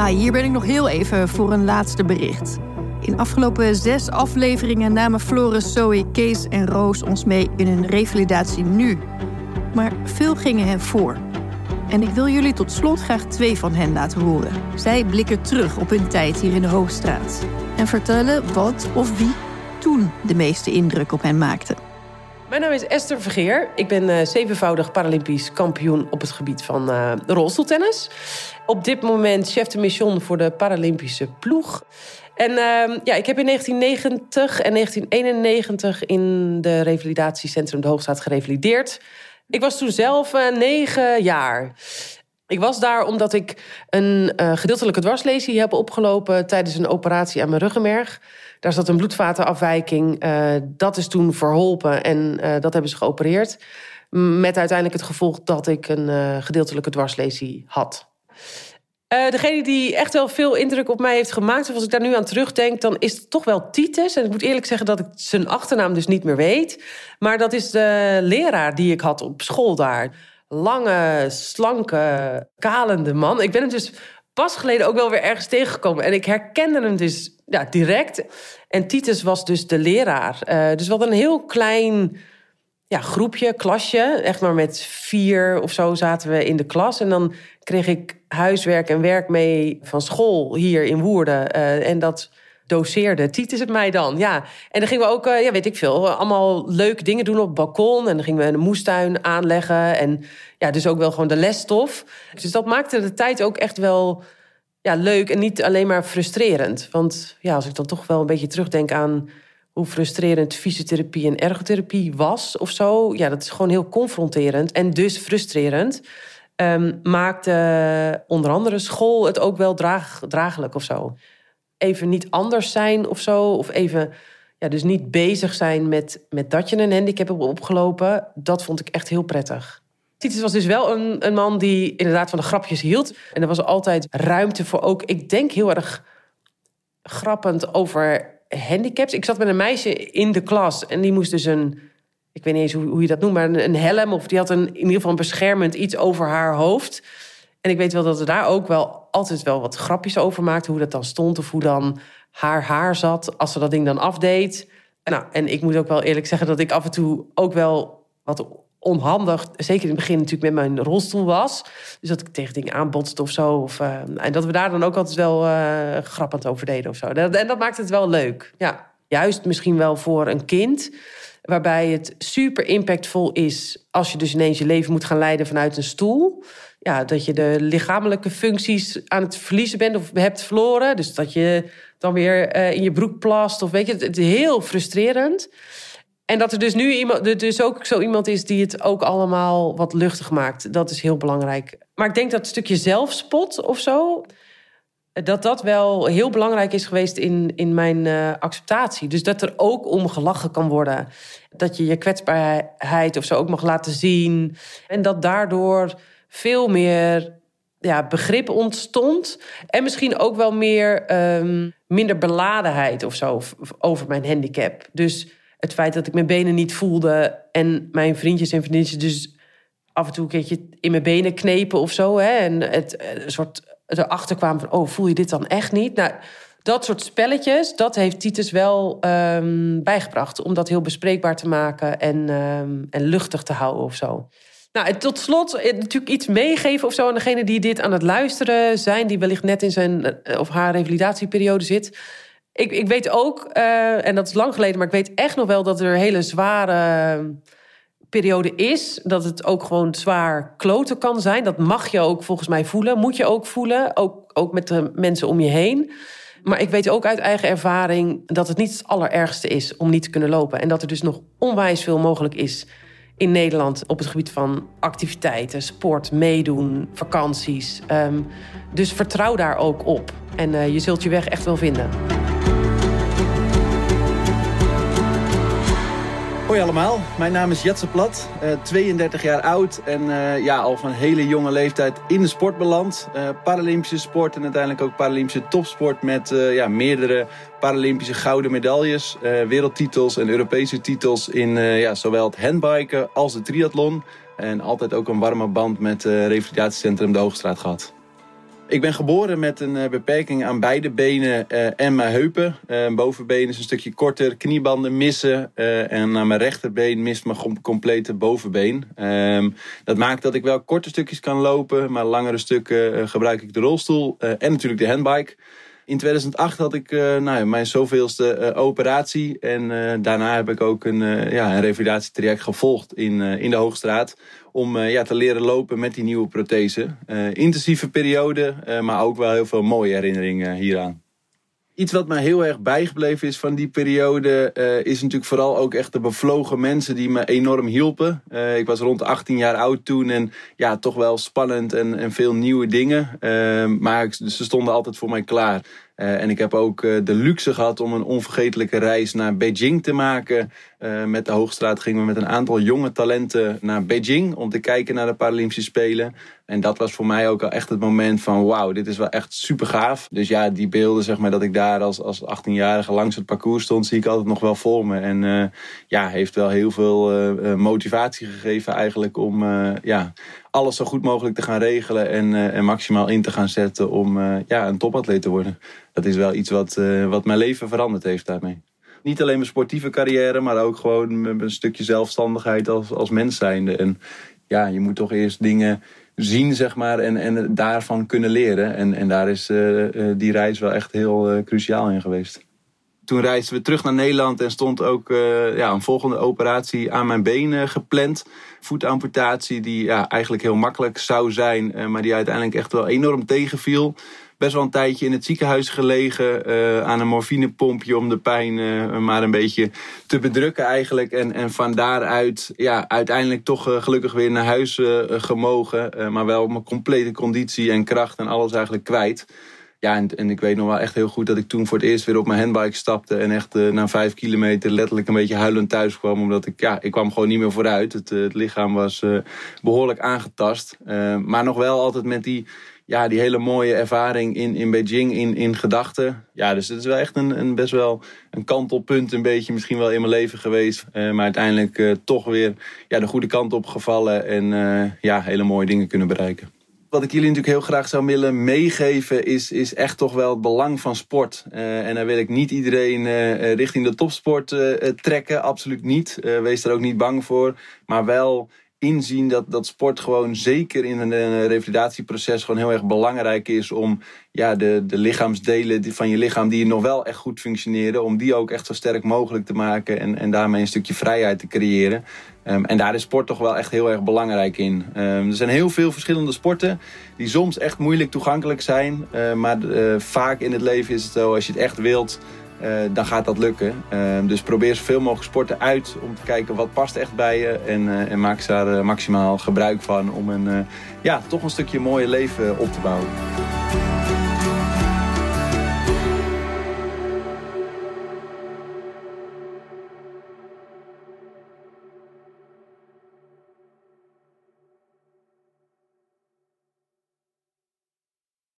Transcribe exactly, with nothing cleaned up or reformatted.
Ah, hier ben ik nog heel even voor een laatste bericht. In afgelopen zes afleveringen namen Floris, Zoe, Kees en Roos ons mee in hun revalidatie nu. Maar veel gingen hen voor. En ik wil jullie tot slot graag twee van hen laten horen. Zij blikken terug op hun tijd hier in de Hoogstraat. En vertellen wat of wie toen de meeste indruk op hen maakte. Mijn naam is Esther Vergeer. Ik ben uh, zevenvoudig Paralympisch kampioen op het gebied van uh, rolstoeltennis. Op dit moment chef de mission voor de Paralympische ploeg. En uh, ja, ik heb in negentien negentig en negentien eenennegentig in de revalidatiecentrum de Hoogstraat gerevalideerd. Ik was toen zelf uh, negen jaar. Ik was daar omdat ik een uh, gedeeltelijke dwarslesie heb opgelopen tijdens een operatie aan mijn ruggenmerg. Daar zat een bloedvatenafwijking. Uh, dat is toen verholpen en uh, dat hebben ze geopereerd. Met uiteindelijk het gevolg dat ik een uh, gedeeltelijke dwarslesie had. Uh, degene die echt wel veel indruk op mij heeft gemaakt, of als ik daar nu aan terugdenk, dan is het toch wel Titus. En ik moet eerlijk zeggen dat ik zijn achternaam dus niet meer weet. Maar dat is de leraar die ik had op school daar. Lange, slanke, kalende man. Ik ben hem dus pas geleden ook wel weer ergens tegengekomen. En ik herkende hem dus ja, direct. En Titus was dus de leraar. Uh, dus we hadden een heel klein ja, groepje, klasje. Echt maar met vier of zo zaten we in de klas. En dan kreeg ik huiswerk en werk mee van school hier in Woerden. Uh, en dat doseerde Titus het mij dan, ja. En dan gingen we ook, uh, ja, weet ik veel, allemaal leuke dingen doen op het balkon. En dan gingen we een moestuin aanleggen. En ja, dus ook wel gewoon de lesstof. Dus dat maakte de tijd ook echt wel ja, leuk en niet alleen maar frustrerend. Want ja, als ik dan toch wel een beetje terugdenk aan hoe frustrerend fysiotherapie en ergotherapie was of zo. Ja, dat is gewoon heel confronterend en dus frustrerend. Um, maakte onder andere school het ook wel draag, draaglijk of zo. Even niet anders zijn of zo. Of even, ja, dus niet bezig zijn met, met dat je een handicap hebt opgelopen. Dat vond ik echt heel prettig. Titus was dus wel een, een man die inderdaad van de grapjes hield. En er was altijd ruimte voor ook, ik denk heel erg grappend over handicaps. Ik zat met een meisje in de klas en die moest dus een, ik weet niet eens hoe, hoe je dat noemt, maar een, een helm. Of die had een, in ieder geval een beschermend iets over haar hoofd. En ik weet wel dat we daar ook wel altijd wel wat grapjes over maakten. Hoe dat dan stond of hoe dan haar haar zat als ze dat ding dan afdeed. Nou, en ik moet ook wel eerlijk zeggen dat ik af en toe ook wel wat onhandig, zeker in het begin natuurlijk met mijn rolstoel was. Dus dat ik tegen dingen aanbotste of zo. Of, uh, en dat we daar dan ook altijd wel uh, grappend over deden of zo. En dat maakt het wel leuk. Ja, juist misschien wel voor een kind, waarbij het super impactvol is als je dus ineens je leven moet gaan leiden vanuit een stoel. Ja, dat je de lichamelijke functies aan het verliezen bent of hebt verloren. Dus dat je dan weer uh, in je broek plast. Of weet je, het is heel frustrerend. En dat er dus nu iemand, dus ook zo iemand is die het ook allemaal wat luchtig maakt. Dat is heel belangrijk. Maar ik denk dat het stukje zelfspot of zo, dat dat wel heel belangrijk is geweest in, in mijn uh, acceptatie. Dus dat er ook om gelachen kan worden. Dat je je kwetsbaarheid of zo ook mag laten zien. En dat daardoor veel meer ja, begrip ontstond. En misschien ook wel meer um, minder beladenheid of zo over mijn handicap. Dus het feit dat ik mijn benen niet voelde en mijn vriendjes en vriendinnetjes dus af en toe een keertje in mijn benen knepen of zo. Hè, en het een soort erachter kwamen van, oh, voel je dit dan echt niet? Nou, dat soort spelletjes, dat heeft Titus wel um, bijgebracht. Om dat heel bespreekbaar te maken en, um, en luchtig te houden of zo. Nou, en tot slot natuurlijk iets meegeven of zo aan degene die dit aan het luisteren zijn, die wellicht net in zijn of haar revalidatieperiode zit. Ik, ik weet ook, uh, en dat is lang geleden, maar ik weet echt nog wel dat er een hele zware periode is. Dat het ook gewoon zwaar kloten kan zijn. Dat mag je ook volgens mij voelen, moet je ook voelen. Ook, ook met de mensen om je heen. Maar ik weet ook uit eigen ervaring dat het niet het allerergste is om niet te kunnen lopen. En dat er dus nog onwijs veel mogelijk is in Nederland op het gebied van activiteiten, sport, meedoen, vakanties. Um, dus vertrouw daar ook op. En uh, je zult je weg echt wel vinden. Hoi allemaal, mijn naam is Jetze Plat, uh, tweeëndertig jaar oud en uh, ja, al van een hele jonge leeftijd in de sport beland. Uh, Paralympische sport en uiteindelijk ook Paralympische topsport met uh, ja, meerdere Paralympische gouden medailles, uh, wereldtitels en Europese titels in uh, ja, zowel het handbiken als de triathlon. En altijd ook een warme band met het uh, revalidatiecentrum de Hoogstraat gehad. Ik ben geboren met een uh, beperking aan beide benen uh, en mijn heupen. Uh, bovenbeen is een stukje korter, kniebanden missen. Uh, en aan mijn rechterbeen mist mijn com- complete bovenbeen. Uh, dat maakt dat ik wel korte stukjes kan lopen, maar langere stukken uh, gebruik ik de rolstoel. Uh, en natuurlijk de handbike. In tweeduizend acht had ik uh, nou ja, mijn zoveelste uh, operatie. En uh, daarna heb ik ook een, uh, ja, een revalidatietraject gevolgd in, uh, in de Hoogstraat. Om uh, ja, te leren lopen met die nieuwe prothese. Uh, intensieve periode, uh, maar ook wel heel veel mooie herinneringen hieraan. Iets wat mij heel erg bijgebleven is van die periode uh, is natuurlijk vooral ook echt de bevlogen mensen die me enorm hielpen. Uh, ik was rond achttien jaar oud toen en ja, toch wel spannend en, en veel nieuwe dingen. Uh, maar ik, ze stonden altijd voor mij klaar. Uh, en ik heb ook uh, de luxe gehad om een onvergetelijke reis naar Beijing te maken. Uh, met de Hoogstraat gingen we met een aantal jonge talenten naar Beijing om te kijken naar de Paralympische Spelen. En dat was voor mij ook al echt het moment van wauw, dit is wel echt super gaaf. Dus ja, die beelden zeg maar dat ik daar als, als achttienjarige langs het parcours stond, zie ik altijd nog wel voor me. En uh, ja, heeft wel heel veel uh, motivatie gegeven eigenlijk om uh, ja, alles zo goed mogelijk te gaan regelen en, uh, en maximaal in te gaan zetten om uh, ja, een topatleet te worden. Dat is wel iets wat, uh, wat mijn leven veranderd heeft daarmee. Niet alleen mijn sportieve carrière, maar ook gewoon een stukje zelfstandigheid als, als mens zijnde. En ja, je moet toch eerst dingen zien, zeg maar, en, en daarvan kunnen leren. En, en daar is uh, uh, die reis wel echt heel uh, cruciaal in geweest. Toen reisden we terug naar Nederland en stond ook uh, ja, een volgende operatie aan mijn been uh, gepland. Voetamputatie die ja, eigenlijk heel makkelijk zou zijn, uh, maar die uiteindelijk echt wel enorm tegenviel. Best wel een tijdje in het ziekenhuis gelegen, uh, aan een morfinepompje om de pijn uh, maar een beetje te bedrukken eigenlijk. En, en van daaruit ja, uiteindelijk toch uh, gelukkig weer naar huis uh, gemogen. Uh, maar wel mijn complete conditie en kracht en alles eigenlijk kwijt. Ja, en, en ik weet nog wel echt heel goed dat ik toen voor het eerst weer op mijn handbike stapte. En echt uh, na vijf kilometer letterlijk een beetje huilend thuis kwam. Omdat ik, ja, ik kwam gewoon niet meer vooruit. Het, uh, het lichaam was uh, behoorlijk aangetast. Uh, maar nog wel altijd met die... Ja, die hele mooie ervaring in, in Beijing in, in gedachten. Ja, dus het is wel echt een, een best wel een kantelpunt een beetje misschien wel in mijn leven geweest. Uh, maar uiteindelijk uh, toch weer ja, de goede kant op gevallen. En uh, ja, hele mooie dingen kunnen bereiken. Wat ik jullie natuurlijk heel graag zou willen meegeven is, is echt toch wel het belang van sport. Uh, en dan wil ik niet iedereen uh, richting de topsport uh, trekken. Absoluut niet. Uh, wees er ook niet bang voor. Maar wel... inzien dat, dat sport gewoon zeker in een, een revalidatieproces gewoon heel erg belangrijk is om ja, de, de lichaamsdelen van je lichaam die nog wel echt goed functioneren, om die ook echt zo sterk mogelijk te maken en, en daarmee een stukje vrijheid te creëren. Um, en daar is sport toch wel echt heel erg belangrijk in. Um, er zijn heel veel verschillende sporten die soms echt moeilijk toegankelijk zijn, uh, maar uh, vaak in het leven is het zo, als je het echt wilt, Uh, dan gaat dat lukken. Uh, dus probeer zoveel mogelijk sporten uit om te kijken wat past echt bij je. En, uh, en maak daar uh, maximaal gebruik van om een, uh, ja, toch een stukje mooie leven op te bouwen.